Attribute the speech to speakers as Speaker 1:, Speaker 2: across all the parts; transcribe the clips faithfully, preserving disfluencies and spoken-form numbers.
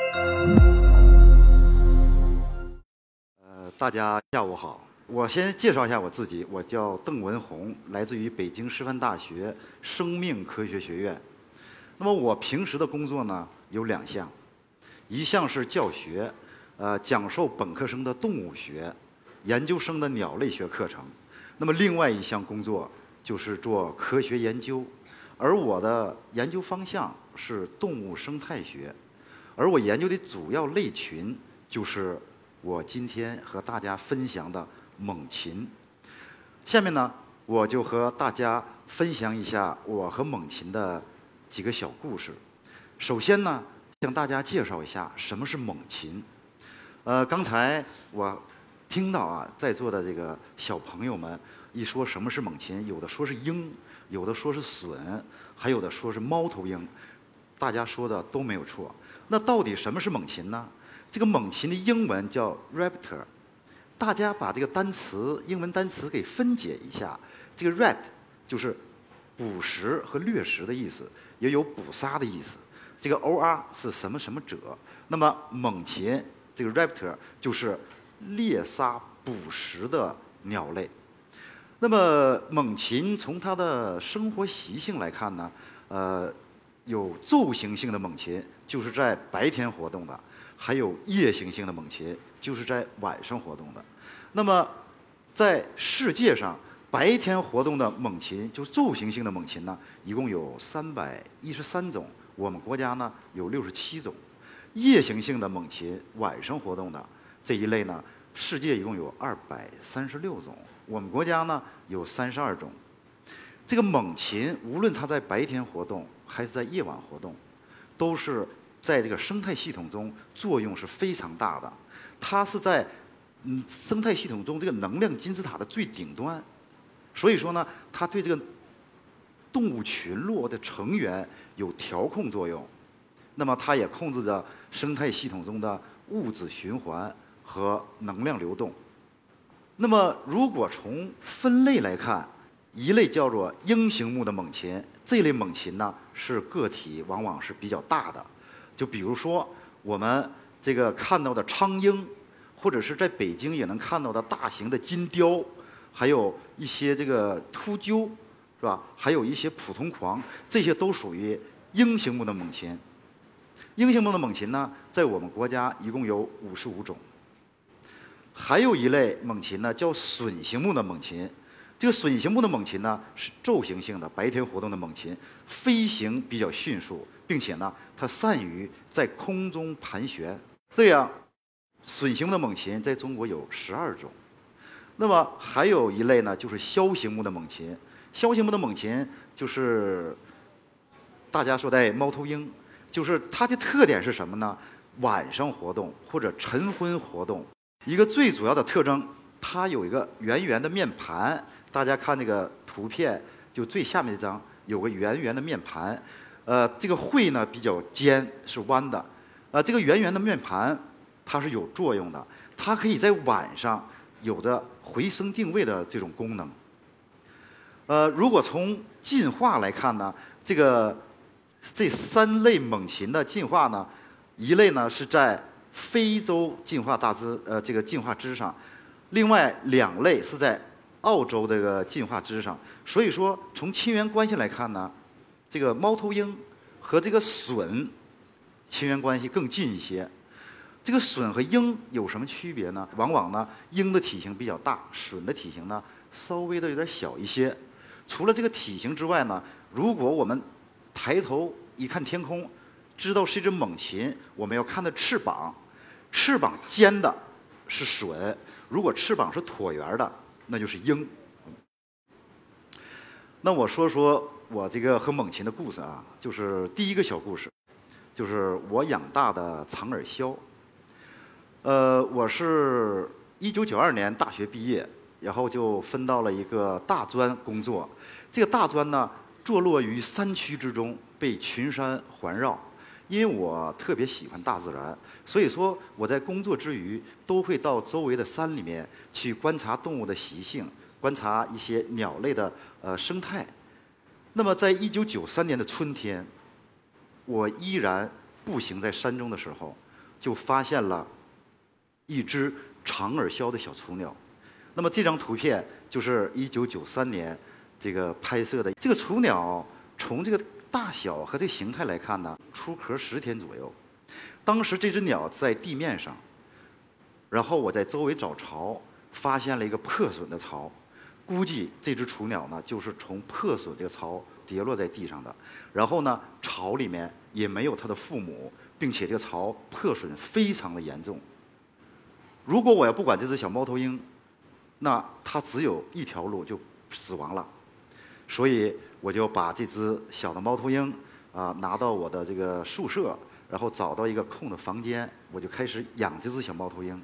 Speaker 1: 呃，大家下午好。我先介绍一下我自己，我叫邓文红，来自于北京师范大学生命科学学院。那么我平时的工作呢有两项，一项是教学，呃，讲授本科生的动物学，研究生的鸟类学课程。那么另外一项工作就是做科学研究，而我的研究方向是动物生态学，而我研究的主要类群就是我今天和大家分享的猛禽。下面呢，我就和大家分享一下我和猛禽的几个小故事。首先呢，向大家介绍一下什么是猛禽。呃，刚才我听到啊，在座的这个小朋友们一说什么是猛禽，有的说是鹰，有的说是隼，还有的说是猫头鹰，大家说的都没有错。那到底什么是猛禽呢？这个猛禽的英文叫 raptor， 大家把这个单词英文单词给分解一下，这个 rat 就是捕食和掠食的意思，也有捕杀的意思。这个 or 是什么什么者，那么猛禽这个 raptor 就是猎杀捕食的鸟类。那么猛禽从它的生活习性来看呢，呃，有昼行性的猛禽，就是在白天活动的；还有夜行性的猛禽，就是在晚上活动的。那么在世界上，白天活动的猛禽，就昼行性的猛禽呢，一共有三百一十三种。我们国家呢有六十七种。夜行性的猛禽，晚上活动的这一类呢，世界一共有二百三十六种。我们国家呢有三十二种。这个猛禽无论它在白天活动还是在夜晚活动，都是在这个生态系统中作用是非常大的。它是在嗯生态系统中这个能量金字塔的最顶端，所以说呢，它对这个动物群落的成员有调控作用。那么它也控制着生态系统中的物质循环和能量流动。那么如果从分类来看，一类叫做鹰形目的猛禽，这类猛禽呢是个体往往是比较大的，就比如说我们这个看到的苍鹰，或者是在北京也能看到的大型的金雕，还有一些这个秃鹫，是吧？还有一些普通狂，这些都属于鹰形目的猛禽。鹰形目的猛禽呢，在我们国家一共有五十五种。还有一类猛禽呢，叫隼形目的猛禽。这个隼形目的猛禽呢，是昼行性的，白天活动的猛禽，飞行比较迅速，并且呢，它善于在空中盘旋。这样，隼形目的猛禽在中国有十二种。那么还有一类呢，就是枭形目的猛禽。枭形目的猛禽就是大家说的猫头鹰，就是它的特点是什么呢？晚上活动或者晨昏活动。一个最主要的特征，它有一个圆圆的面盘。大家看这个图片，就最下面这张有个圆圆的面盘，呃，这个喙呢比较尖，是弯的。呃，这个圆圆的面盘它是有作用的，它可以在晚上有着回声定位的这种功能。呃，如果从进化来看呢，这个这三类猛禽的进化呢，一类呢是在非洲进化大支呃这个进化支上，另外两类是在澳洲这个进化支上。所以说，从亲缘关系来看呢，这个猫头鹰和这个隼亲缘关系更近一些。这个隼和鹰有什么区别呢？往往呢，鹰的体型比较大，隼的体型呢稍微的有点小一些。除了这个体型之外呢，如果我们抬头一看天空，知道是一只猛禽，我们要看它翅膀，翅膀尖的是隼，如果翅膀是椭圆的，那就是鹰。那我说说我这个和猛禽的故事啊，就是第一个小故事，就是我养大的长耳鸮。呃，我是一九九二年大学毕业，然后就分到了一个大专工作。这个大专呢，坐落于山区之中，被群山环绕。因为我特别喜欢大自然，所以说我在工作之余都会到周围的山里面去观察动物的习性，观察一些鸟类的呃生态。那么在一九九三年的春天，我依然步行在山中的时候， 就发现了一只长耳鸮的小雏鸟。那么这张图片就是一九九三年这个拍摄的。这个雏鸟从这个大小和这个形态来看呢，出壳十天左右。当时这只鸟在地面上，然后我在周围找巢，发现了一个破损的巢，估计这只雏鸟呢就是从破损这个巢跌落在地上的。然后呢，巢里面也没有它的父母，并且这个巢破损非常的严重。如果我要不管这只小猫头鹰，那它只有一条路，就死亡了。所以我就把这只小的猫头鹰啊拿到我的这个宿舍，然后找到一个空的房间，我就开始养这只小猫头鹰。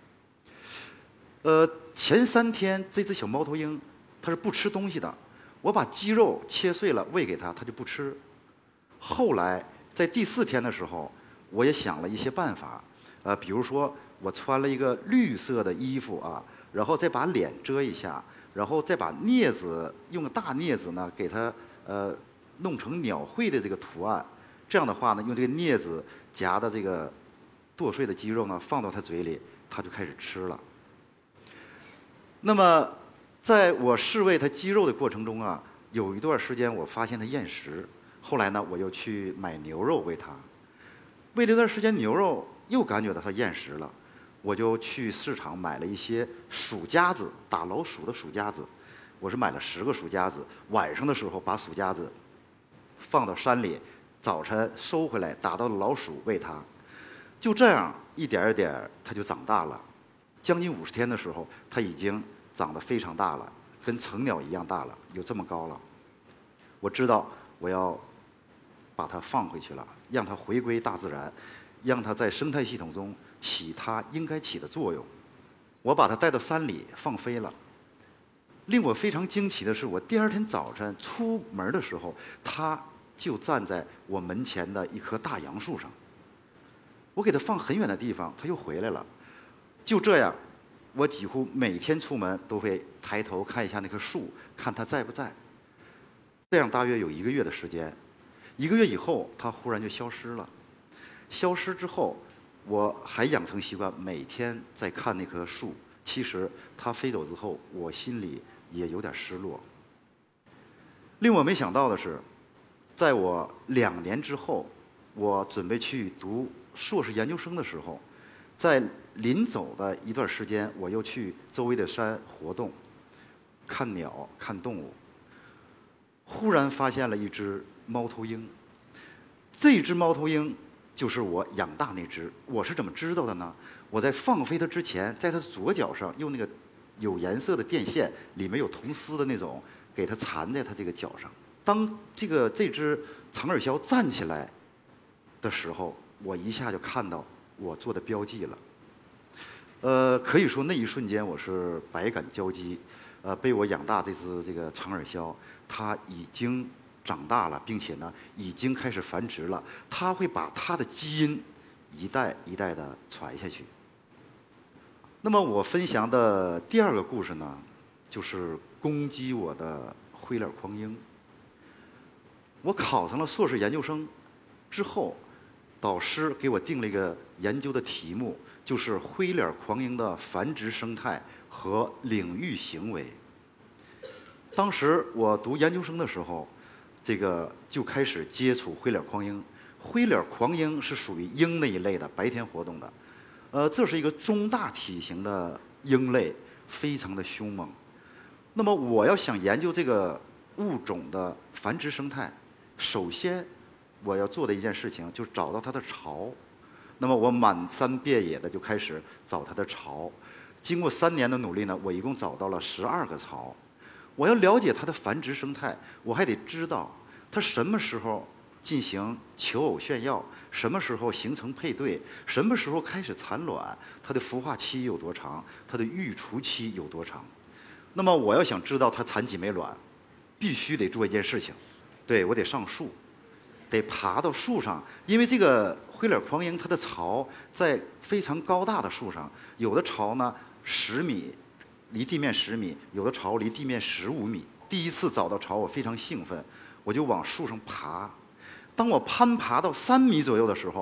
Speaker 1: 呃，前三天这只小猫头鹰它是不吃东西的，我把鸡肉切碎了喂给它，它就不吃。后来在第四天的时候，我也想了一些办法，呃，比如说我穿了一个绿色的衣服啊，然后再把脸遮一下，然后再把镊子用个大镊子呢给它呃弄成鸟喙的这个图案。这样的话呢，用这个镊子夹的这个剁碎的鸡肉呢放到它嘴里，它就开始吃了。那么，在我试喂它鸡肉的过程中啊，有一段时间我发现它厌食，后来呢，我又去买牛肉喂它。喂了一段时间牛肉，又感觉到它厌食了，我就去市场买了一些鼠夹子，打老鼠的鼠夹子。我是买了十个鼠夹子，晚上的时候把鼠夹子放到山里，早晨收回来打到老鼠喂它。就这样一点一点，它就长大了。将近五十天的时候，它已经长得非常大了，跟成鸟一样大了，有这么高了。我知道我要把它放回去了，让它回归大自然，让它在生态系统中起它应该起的作用。我把它带到山里放飞了。令我非常惊奇的是，我第二天早晨出门的时候，它就站在我门前的一棵大杨树上。我给它放很远的地方，它又回来了。就这样，我几乎每天出门都会抬头看一下那棵树，看它在不在。这样大约有一个月的时间。一个月以后，它忽然就消失了。消失之后，我还养成习惯，每天在看那棵树。其实它飞走之后，我心里也有点失落。令我没想到的是，在我两年之后，我准备去读硕士研究生的时候，在临走的一段时间，我又去周围的山活动，看鸟、看动物。忽然发现了一只猫头鹰，这只猫头鹰就是我养大那只。我是怎么知道的呢？我在放飞它之前，在它的左脚上用那个有颜色的电线，里面有铜丝的那种，给它缠在它这个脚上。当这个这只长耳鸮站起来的时候，我一下就看到我做的标记了。呃，可以说那一瞬间我是百感交集。呃，被我养大这只这个长耳鸮，它已经长大了，并且呢，已经开始繁殖了。它会把它的基因一代一代的传下去。那么我分享的第二个故事呢，就是攻击我的灰脸鹳鹰。我考上了硕士研究生之后，导师给我定了一个研究的题目，就是灰脸鹳鹰的繁殖生态和领域行为。当时我读研究生的时候，这个就开始接触灰脸鹳鹰。灰脸鹳鹰是属于鹰那一类的，白天活动的。呃，这是一个中大体型的鹰类，非常的凶猛。那么我要想研究这个物种的繁殖生态，首先我要做的一件事情就是找到它的巢。那么我满山遍野的就开始找它的巢。经过三年的努力呢，我一共找到了十二个巢。我要了解它的繁殖生态，我还得知道它什么时候进行求偶炫耀，什么时候形成配对，什么时候开始产卵，它的孵化期有多长，它的育雏期有多长。那么我要想知道它产几枚卵，必须得做一件事情，对，我得上树，得爬到树上，因为这个灰脸鹳鹰它的巢在非常高大的树上，有的巢呢十米，离地面十米，有的巢离地面十五米。第一次找到巢，我非常兴奋，我就往树上爬。当我攀爬到三米左右的时候，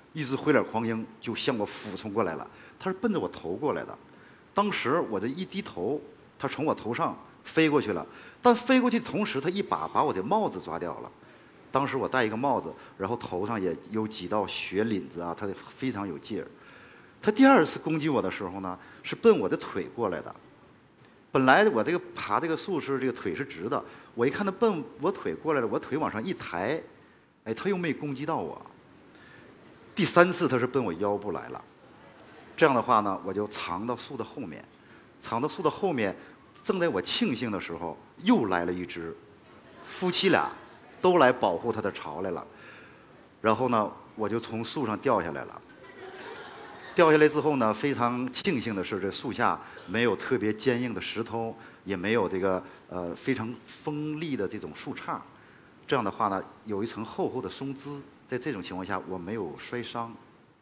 Speaker 1: 一只灰脸狂鹰就向我俯冲过来了，它是奔着我头过来的。当时我这一低头，它从我头上飞过去了，但飞过去的同时，它一把把我的帽子抓掉了。当时我戴一个帽子，然后头上也有几道血领子啊，它非常有劲儿。它第二次攻击我的时候呢，是奔我的腿过来的。本来我这个爬这个树是这个腿是直的，我一看它奔我腿过来了，我腿往上一抬，哎，它又没攻击到我。第三次它是奔我腰部来了，这样的话呢，我就藏到树的后面，藏到树的后面，正在我庆幸的时候，又来了一只，夫妻俩都来保护它的巢来了。然后呢，我就从树上掉下来了。掉下来之后呢，非常庆幸的是，这树下没有特别坚硬的石头，也没有这个呃非常锋利的这种树杈。这样的话呢，有一层厚厚的松枝，在这种情况下，我没有摔伤。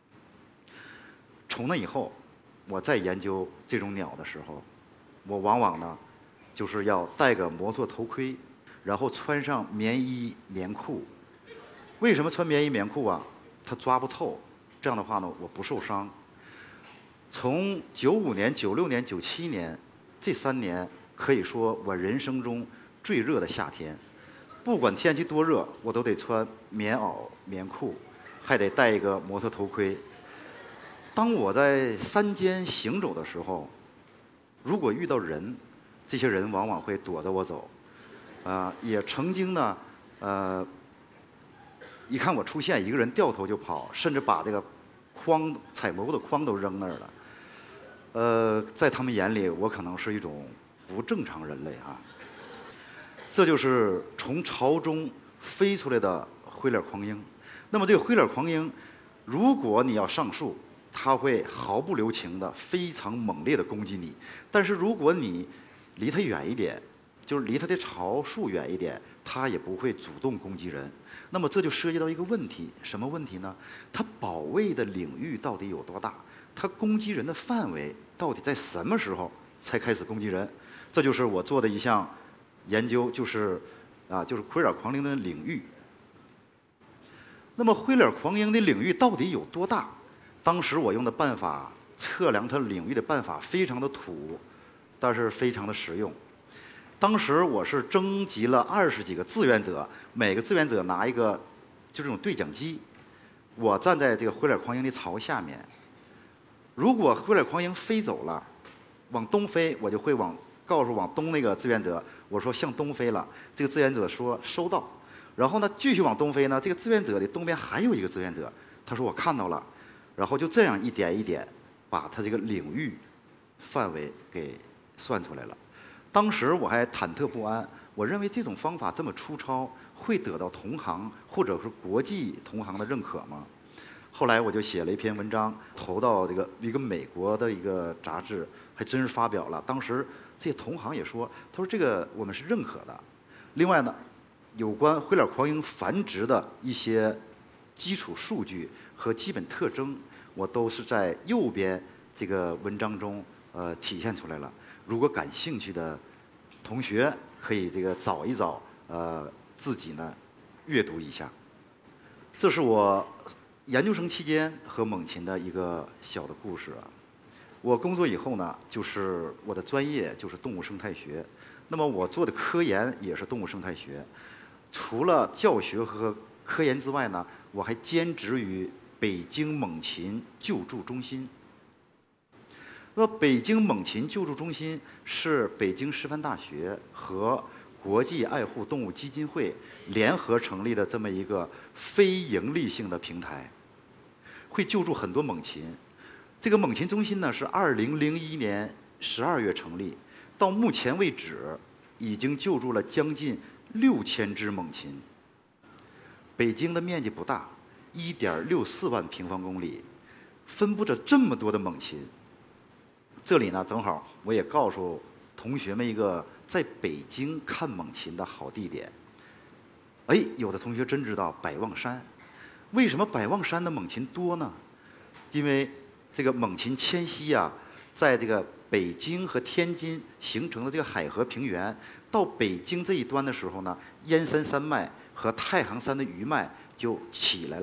Speaker 1: 从那以后，我在研究这种鸟的时候，我往往呢，就是要戴个摩托头盔，然后穿上棉衣棉裤。为什么穿棉衣棉裤啊？它抓不透。这样的话呢，我不受伤。从九五年、九六年、九七年这三年，可以说我人生中最热的夏天。不管天气多热，我都得穿棉袄、棉裤，还得戴一个摩托头盔。当我在山间行走的时候，如果遇到人，这些人往往会躲着我走。啊、呃，也曾经呢，呃。一看我出现，一个人掉头就跑，甚至把这个筐采蘑菇的筐都扔那儿了。呃，在他们眼里，我可能是一种不正常人类啊。这就是从巢中飞出来的灰脸狂鹰。那么这个灰脸狂鹰，如果你要上树，它会毫不留情的、非常猛烈的攻击你。但是如果你离它远一点，就是离它的巢树远一点，它也不会主动攻击人。那么这就涉及到一个问题，什么问题呢？它保卫的领域到底有多大？它攻击人的范围到底在什么时候才开始攻击人？这就是我做的一项研究，就是啊，就是灰脸狂鹰的领域。那么灰脸狂鹰的领域到底有多大？当时我用的办法测量它领域的办法非常的土，但是非常的实用。当时我是征集了二十几个志愿者，每个志愿者拿一个就这种对讲机，我站在这个灰脸狂鹰的巢下面。如果灰脸狂鹰飞走了，往东飞，我就会往告诉往东那个志愿者，我说向东飞了。这个志愿者说收到。然后呢，继续往东飞呢，这个志愿者的东边还有一个志愿者，他说我看到了。然后就这样一点一点，把他这个领域范围给算出来了。当时我还忐忑不安，我认为这种方法这么粗糙，会得到同行或者是国际同行的认可吗？后来我就写了一篇文章，投到这个一个美国的一个杂志，还真是发表了。当时这些同行也说，他说这个我们是认可的。另外呢，有关灰脸狂鹰繁殖的一些基础数据和基本特征，我都是在右边这个文章中呃体现出来了。如果感兴趣的同学可以这个找一找，呃，自己呢阅读一下。这是我研究生期间和猛禽的一个小的故事啊。我工作以后呢，就是我的专业就是动物生态学，那么我做的科研也是动物生态学。除了教学和科研之外呢，我还兼职于北京猛禽救助中心。那么，北京猛禽救助中心是北京师范大学和国际爱护动物基金会联合成立的这么一个非盈利性的平台，会救助很多猛禽。这个猛禽中心呢是二零零一年十二月成立，到目前为止已经救助了将近六千只猛禽。北京的面积不大，一点六四万平方公里，分布着这么多的猛禽。这里呢，正好我也告诉同学们一个在北京看猛禽的好地点。哎，有的同学真知道百望山。为什么百望山的猛禽多呢？因为这个猛禽迁徙啊，在这个北京和天津形成的这个海河平原，到北京这一端的时候呢，燕山山脉和太行山的余脉就起来了，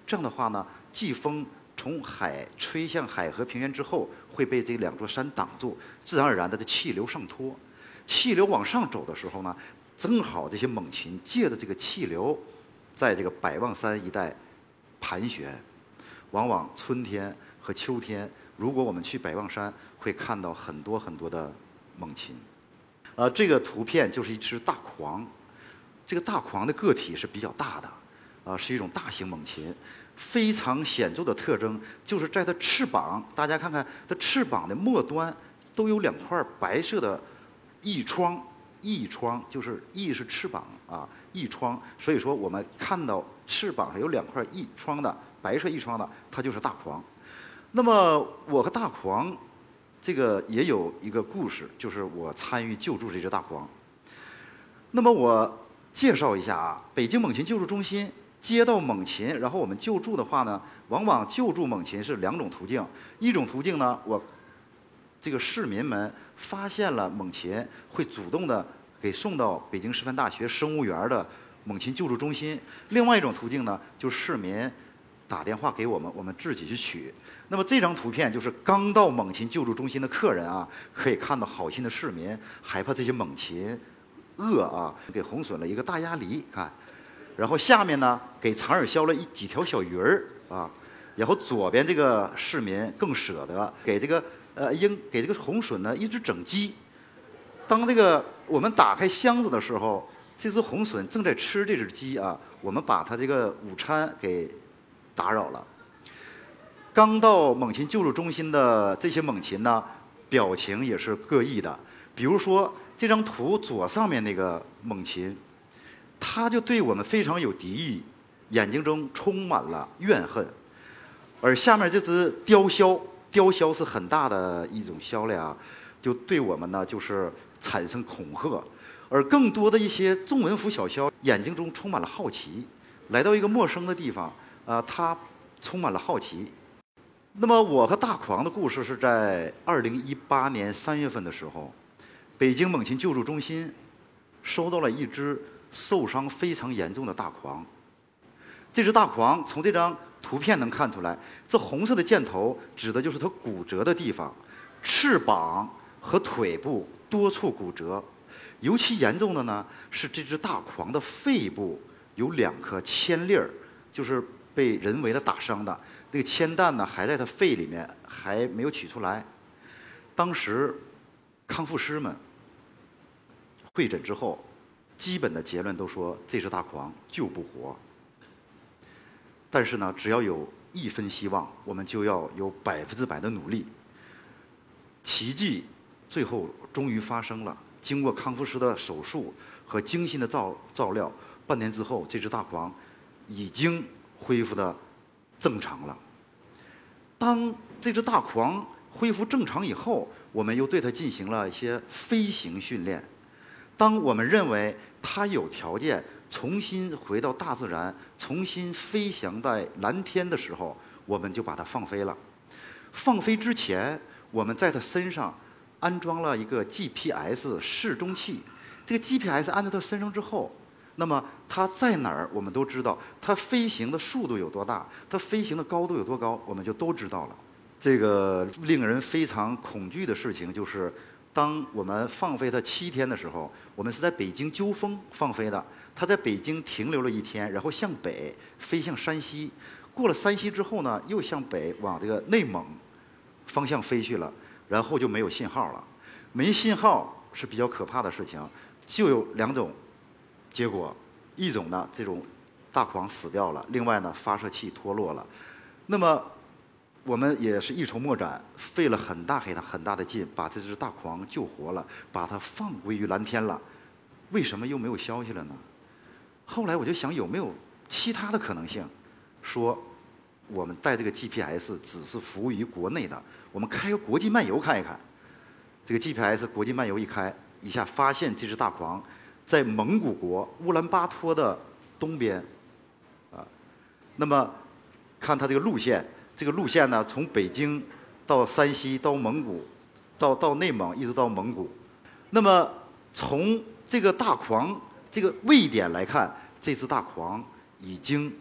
Speaker 1: 这样的话呢，季风从海吹向海河平原之后，会被这两座山挡住，自然而然的这气流上拖。气流往上走的时候呢，正好这些猛禽借着这个气流，在这个百望山一带盘旋。往往春天和秋天，如果我们去百望山，会看到很多很多的猛禽。呃，这个图片就是一只大狂，这个大狂的个体是比较大的，啊、呃，是一种大型猛禽。非常显著的特征就是在它翅膀，大家看看它翅膀的末端都有两块白色的翼疮，翼疮就是翼是翅膀啊，翼疮。所以说我们看到翅膀上有两块翼疮的白色翼疮的，它就是大狂。那么我和大狂这个也有一个故事，就是我参与救助这只大狂。那么我介绍一下啊，北京猛禽救助中心接到猛禽，然后我们救助的话呢，往往救助猛禽是两种途径。一种途径呢，我这个市民们发现了猛禽，会主动的给送到北京师范大学生物园的猛禽救助中心。另外一种途径呢，就是市民打电话给我们，我们自己去取。那么这张图片就是刚到猛禽救助中心的客人啊，可以看到好心的市民害怕这些猛禽饿啊，给红隼了一个大鸭梨，看。然后下面呢，给长耳鸮了一几条小鱼儿啊，然后左边这个市民更舍得给这个呃鹰给这个红隼呢一只整鸡。当这个我们打开箱子的时候，这只红隼正在吃这只鸡啊，我们把它这个午餐给打扰了。刚到猛禽救助中心的这些猛禽呢，表情也是各异的。比如说这张图左上面那个猛禽，他就对我们非常有敌意，眼睛中充满了怨恨。而下面这只雕鸮，雕鸮是很大的一种鸮类啊，就对我们呢就是产生恐吓。而更多的一些中文蝠小鸮，眼睛中充满了好奇，来到一个陌生的地方，啊、呃，它充满了好奇。那么我和大狂的故事是在二零一八年三月份的时候，北京猛禽救助中心收到了一只受伤非常严重的大狂。这只大狂从这张图片能看出来，这红色的箭头指的就是它骨折的地方，翅膀和腿部多处骨折。尤其严重的呢是这只大狂的肺部有两颗铅粒儿，就是被人为的打伤的。这个铅弹呢还在它肺里面，还没有取出来。当时康复师们会诊之后，基本的结论都说这只大狂救不活。但是呢，只要有一分希望，我们就要有百分之百的努力。奇迹最后终于发生了。经过康复师的手术和精心的照照料，半年之后，这只大狂已经恢复的正常了。当这只大狂恢复正常以后，我们又对它进行了一些飞行训练。当我们认为它有条件重新回到大自然，重新飞翔在蓝天的时候，我们就把它放飞了。放飞之前，我们在它身上安装了一个 G P S 示踪器。这个 G P S 安在它身上之后，那么它在哪儿，我们都知道。它飞行的速度有多大，它飞行的高度有多高，我们就都知道了。这个令人非常恐惧的事情就是，当我们放飞它七天的时候，我们是在北京鸠峰放飞的。它在北京停留了一天，然后向北飞向山西。过了山西之后呢，又向北往这个内蒙方向飞去了，然后就没有信号了。没信号是比较可怕的事情，就有两种结果：一种呢，这种大狂死掉了；另外呢，发射器脱落了。那么我们也是一筹莫展，费了很大很大很大的劲，把这只大狂救活了，把它放归于蓝天了。为什么又没有消息了呢？后来我就想，有没有其他的可能性？说我们带这个 G P S 只是服务于国内的，我们开个国际漫游看一看。这个 G P S 国际漫游一开，一下发现这只大狂在蒙古国乌兰巴托的东边，啊，那么看它这个路线，这个路线呢，从北京到山西，到蒙古，到到内蒙，一直到蒙古。那么从这个大狂这个位点来看，这只大狂已经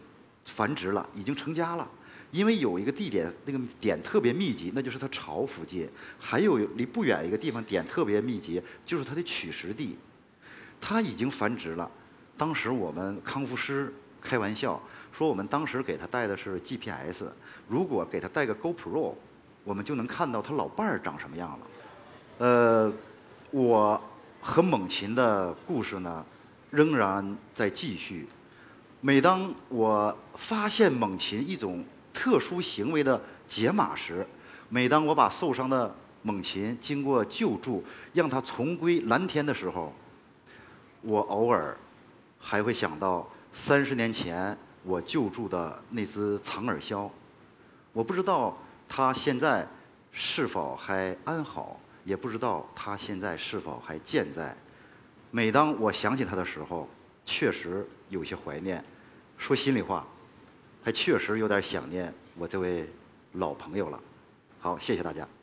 Speaker 1: 繁殖了，已经成家了。因为有一个地点，那个点特别密集，那就是它巢附近；还有离不远一个地方点特别密集，就是它的取食地。它已经繁殖了。当时我们康复师开玩笑说，我们当时给它带的是 G P S， 如果给它带个 GoPro， 我们就能看到它老伴儿长什么样了。呃，我和猛禽的故事呢，仍然在继续。每当我发现猛禽一种特殊行为的解码时，每当我把受伤的猛禽经过救助，让它重归蓝天的时候，我偶尔还会想到三十年前我救助的那只长耳鸮。我不知道它现在是否还安好，也不知道它现在是否还健在。每当我想起它的时候，确实有些怀念。说心里话，还确实有点想念我这位老朋友了。好，谢谢大家。